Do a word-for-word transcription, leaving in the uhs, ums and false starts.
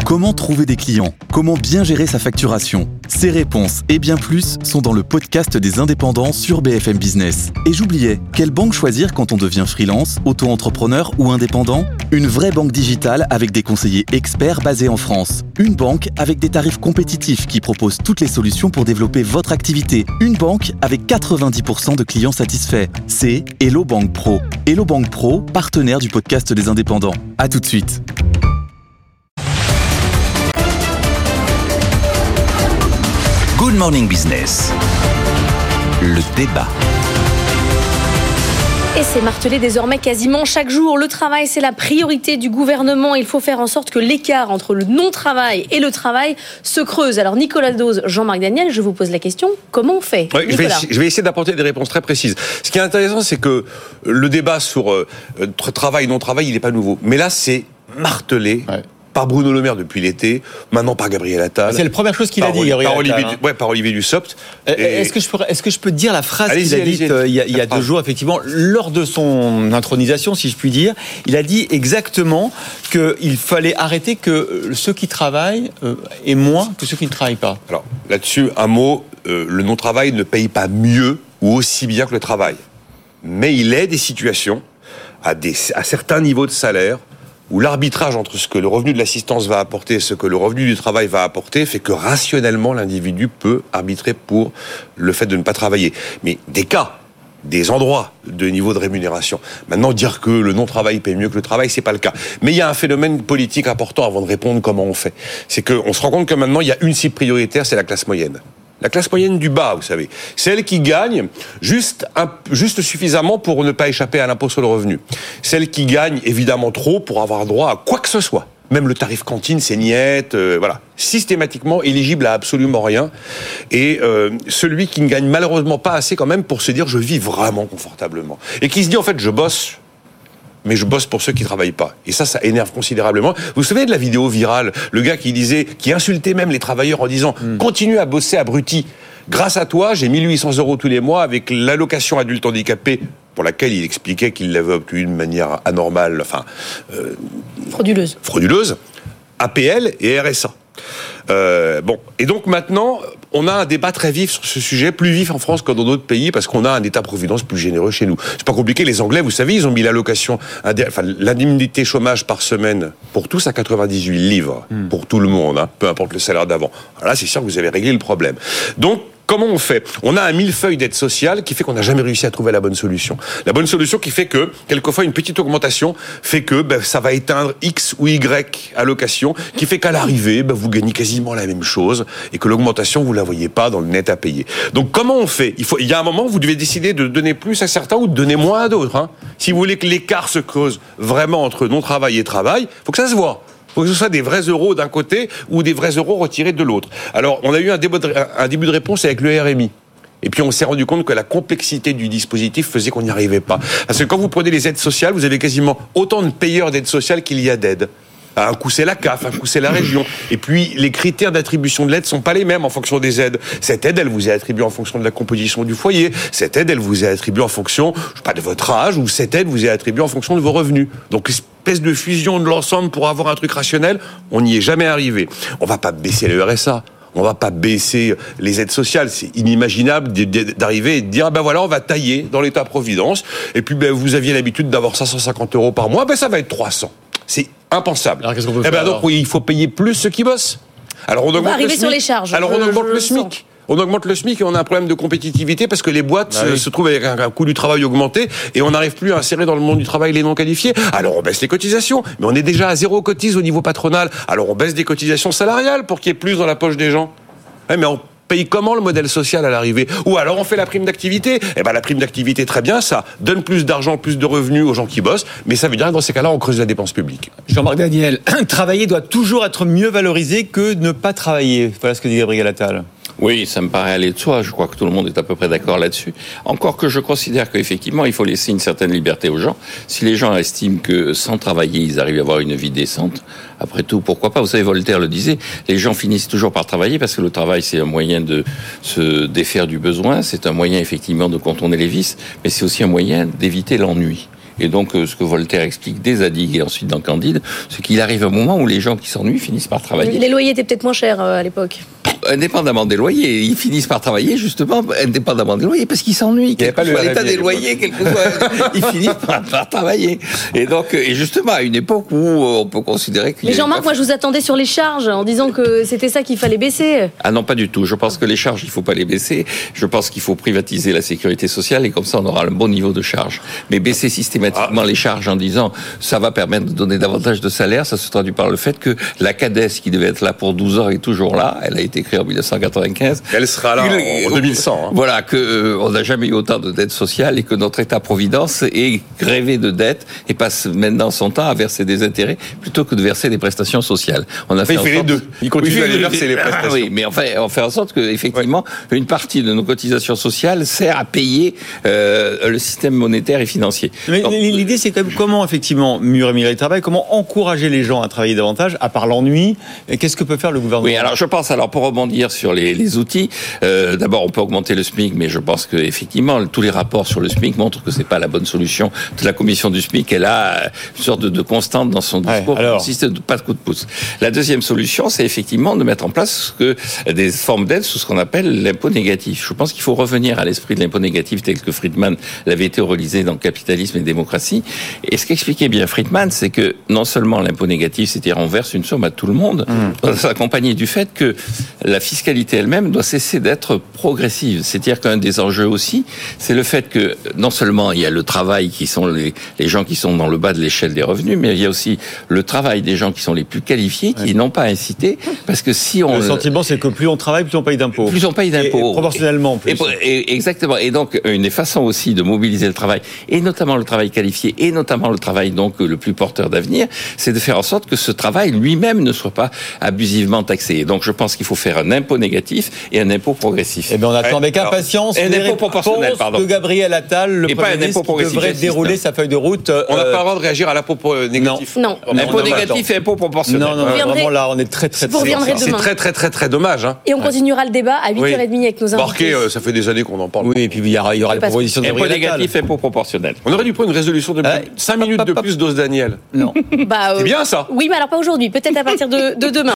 Comment trouver des clients ? Comment bien gérer sa facturation ? Ces réponses et bien plus sont dans le podcast des indépendants sur B F M Business. Et j'oubliais, quelle banque choisir quand on devient freelance, auto-entrepreneur ou indépendant ? Une vraie banque digitale avec des conseillers experts basés en France. Une banque avec des tarifs compétitifs qui propose toutes les solutions pour développer votre activité. Une banque avec quatre-vingt-dix pour cent de clients satisfaits. C'est Hello Bank Pro. Hello Bank Pro, partenaire du podcast des indépendants. À tout de suite. Good Morning Business, le débat. Et c'est martelé désormais quasiment chaque jour. Le travail, c'est la priorité du gouvernement. Il faut faire en sorte que l'écart entre le non-travail et le travail se creuse. Alors Nicolas Dose, Jean-Marc Daniel, je vous pose la question, comment on fait ? Oui, je, vais, je vais essayer d'apporter des réponses très précises. Ce qui est intéressant, c'est que le débat sur euh, travail, non-travail, il n'est pas nouveau. Mais là, c'est martelé. Ouais. Par Bruno Le Maire depuis l'été, maintenant par Gabriel Attal. C'est la première chose qu'il a dit, Gabriel Attal. Olivier, hein. ouais, par Olivier Dussopt. Et... Est-ce que je peux, est-ce que je peux dire la phrase allez-y, qu'il a dite euh, il y a, il y a deux jours, effectivement, lors de son intronisation, si je puis dire, il a dit exactement qu'il fallait arrêter que ceux qui travaillent euh, aient moins que ceux qui ne travaillent pas. Alors là-dessus, un mot, euh, le non-travail ne paye pas mieux ou aussi bien que le travail, mais il est des situations à, des, à certains niveaux de salaire où l'arbitrage entre ce que le revenu de l'assistance va apporter et ce que le revenu du travail va apporter fait que rationnellement l'individu peut arbitrer pour le fait de ne pas travailler. Mais des cas, des endroits de niveau de rémunération. Maintenant, dire que le non-travail paye mieux que le travail, c'est pas le cas. Mais il y a un phénomène politique important avant de répondre comment on fait. C'est qu'on se rend compte que maintenant il y a une cible prioritaire, c'est la classe moyenne. La classe moyenne du bas, vous savez. Celle qui gagne juste, un, juste suffisamment pour ne pas échapper à l'impôt sur le revenu. Celle qui gagne évidemment trop pour avoir droit à quoi que ce soit. Même le tarif cantine, c'est niette, euh, voilà. Systématiquement éligible à absolument rien. Et euh, celui qui ne gagne malheureusement pas assez quand même pour se dire je vis vraiment confortablement. Et qui se dit en fait je bosse, mais je bosse pour ceux qui travaillent pas. Et ça, ça énerve considérablement. Vous vous souvenez de la vidéo virale, le gars qui disait, qui insultait même les travailleurs en disant mmh. « Continue à bosser, abruti. Grâce à toi, j'ai mille huit cents euros tous les mois avec l'allocation adulte handicapé pour laquelle il expliquait qu'il l'avait obtenue de manière anormale, enfin... Euh, frauduleuse. Frauduleuse. A P L et R S A. Euh, bon, et donc maintenant, on a un débat très vif sur ce sujet, plus vif en France que dans d'autres pays, parce qu'on a un État-providence plus généreux chez nous. C'est pas compliqué, les Anglais, vous savez, ils ont mis l'allocation, enfin, l'indemnité chômage par semaine pour tous à quatre-vingt-dix-huit livres, mmh. pour tout le monde, hein, peu importe le salaire d'avant. Alors là, c'est sûr que vous avez réglé le problème. Donc, comment on fait ? On a un millefeuille d'aide sociale qui fait qu'on n'a jamais réussi à trouver la bonne solution. La bonne solution qui fait que, quelquefois, une petite augmentation fait que ben, ça va éteindre X ou Y allocation, qui fait qu'à l'arrivée, ben, vous gagnez quasiment la même chose et que l'augmentation, vous la voyez pas dans le net à payer. Donc, comment on fait ? Il faut, il y a un moment où vous devez décider de donner plus à certains ou de donner moins à d'autres. Hein. Si vous voulez que l'écart se creuse vraiment entre non-travail et travail, il faut que ça se voit. Il faut que ce soit des vrais euros d'un côté ou des vrais euros retirés de l'autre. Alors, on a eu un début de, un début de réponse avec le R M I. Et puis, on s'est rendu compte que la complexité du dispositif faisait qu'on n'y arrivait pas. Parce que quand vous prenez les aides sociales, vous avez quasiment autant de payeurs d'aides sociales qu'il y a d'aides. Un coup, c'est la C A F, un coup, c'est la région. Et puis, les critères d'attribution de l'aide sont pas les mêmes en fonction des aides. Cette aide, elle vous est attribuée en fonction de la composition du foyer. Cette aide, elle vous est attribuée en fonction, je sais pas, de votre âge, ou cette aide vous est attribuée en fonction de vos revenus. Donc, espèce de fusion de l'ensemble pour avoir un truc rationnel, on n'y est jamais arrivé. On va pas baisser le R S A. On va pas baisser les aides sociales. C'est inimaginable d'arriver et de dire, ah ben voilà, on va tailler dans l'État-providence. Et puis, ben, vous aviez l'habitude d'avoir cinq cent cinquante euros par mois, ben, ça va être trois cents. C'est impensable. Alors, qu'est-ce qu'on peut eh ben faire, donc, oui, il faut payer plus ceux qui bossent. Alors, on, on augmente va arriver le SMIC. sur les charges. Alors, on je, augmente je le SMIC. Sens. On augmente le SMIC et on a un problème de compétitivité parce que les boîtes ah oui. se trouvent avec un, un coût du travail augmenté et on n'arrive plus à insérer dans le monde du travail les non qualifiés. Alors on baisse les cotisations, mais on est déjà à zéro cotise au niveau patronal. Alors on baisse des cotisations salariales pour qu'il y ait plus dans la poche des gens. Ouais, mais on paye comment le modèle social à l'arrivée ? Ou alors on fait la prime d'activité. Eh ben la prime d'activité, très bien, ça donne plus d'argent, plus de revenus aux gens qui bossent, mais ça veut dire que dans ces cas-là, on creuse la dépense publique. Jean-Marc Daniel, travailler doit toujours être mieux valorisé que ne pas travailler. Voilà ce que dit Gabriel Attal. Oui, ça me paraît aller de soi. Je crois que tout le monde est à peu près d'accord là-dessus. Encore que je considère qu'effectivement, il faut laisser une certaine liberté aux gens. Si les gens estiment que sans travailler, ils arrivent à avoir une vie décente, après tout, pourquoi pas ? Vous savez, Voltaire le disait, les gens finissent toujours par travailler parce que le travail, c'est un moyen de se défaire du besoin, c'est un moyen effectivement de contourner les vices, mais c'est aussi un moyen d'éviter l'ennui. Et donc, ce que Voltaire explique dès Zadig et ensuite dans Candide, c'est qu'il arrive un moment où les gens qui s'ennuient finissent par travailler. Les loyers étaient peut-être moins chers à l'époque. Indépendamment des loyers, ils finissent par travailler justement indépendamment des loyers parce qu'ils s'ennuient. Quel que soit l'état des loyers, quel que soit, ils finissent par, par travailler. Et donc, et justement, à une époque où on peut considérer que. Mais Jean-Marc, moi, je vous attendais sur les charges en disant que c'était ça qu'il fallait baisser. Ah non, pas du tout. Je pense que les charges, il faut pas les baisser. Je pense qu'il faut privatiser la sécurité sociale et comme ça, on aura un bon niveau de charge. Mais baisser systématiquement ah. les charges en disant ça va permettre de donner davantage de salaire, ça se traduit par le fait que la CADES, qui devait être là pour douze ans, est toujours là. Elle a été créée en mille neuf cent quatre-vingt-quinze. Elle sera là en deux mille cent. Hein. Voilà, que euh, on n'a jamais eu autant de dettes sociales et que notre État-providence est grévé de dettes et passe maintenant son temps à verser des intérêts plutôt que de verser des prestations sociales. On a fait, il fait les deux. Il continue oui, à verser les prestations. Oui, mais enfin, on fait en sorte que effectivement, ouais. une partie de nos cotisations sociales sert à payer euh, le système monétaire et financier. Mais donc, l'idée, c'est quand même comment effectivement mieux rémunérer le travail, comment encourager les gens à travailler davantage, à part l'ennui. Qu'est-ce que peut faire le gouvernement ? Oui, alors je pense, alors pour rebondir sur les, les outils, euh, d'abord on peut augmenter le SMIC, mais je pense que effectivement tous les rapports sur le SMIC montrent que c'est pas la bonne solution. De la commission du SMIC, elle a une sorte de, de constante dans son discours, ouais, alors... qui consiste de pas de coup de pouce. La deuxième solution, c'est effectivement de mettre en place ce que, des formes d'aide sous ce qu'on appelle l'impôt négatif. Je pense qu'il faut revenir à l'esprit de l'impôt négatif tel que Friedman l'avait théorisé dans Capitalisme et démocratie. Et ce qu'expliquait bien Friedman, c'est que non seulement l'impôt négatif, c'est-à-dire on verse une somme à tout le monde, mmh. doit s'accompagner du fait que la fiscalité elle-même doit cesser d'être progressive. C'est-à-dire qu'un des enjeux aussi, c'est le fait que non seulement il y a le travail qui sont les, les gens qui sont dans le bas de l'échelle des revenus, mais il y a aussi le travail des gens qui sont les plus qualifiés, qui ouais. n'ont pas incité, parce que si on... Le sentiment, c'est que plus on travaille, plus on paye d'impôts. Plus on paye d'impôts. Et, et proportionnellement, plus. Et, et, exactement. Et donc, une des façons aussi de mobiliser le travail, et notamment le travail qualifié, et notamment le travail donc le plus porteur d'avenir, c'est de faire en sorte que ce travail lui-même ne soit pas abusivement taxé. Et donc, je pense qu'il faut faire un impôt négatif et un impôt progressif. Eh bien, on attend avec impatience un impôt proportionnel, pardon. de Gabriel Attal, le et Premier ministre, qui devrait dérouler sa feuille de route. On n'a euh... pas le droit de réagir à l'impôt négatif. Non. non. Impôt négatif et impôt proportionnel. Non, non, non vraiment là, on est très, très, très... très... C'est très, très, très, très dommage. Hein. Et on continuera le débat à huit heures trente avec nos invités. Marqué, euh, ça fait des années qu'on en parle. Oui, et puis il y aura, il y aura les propositions de Gabriel Attal. Impôt négatif, impôt proportionnel. On aurait dû prendre une résolution de cinq minutes de plus d'Os Daniel. Non. Bah, c'est bien ça. Oui, mais alors pas aujourd'hui. Peut-être à partir de demain.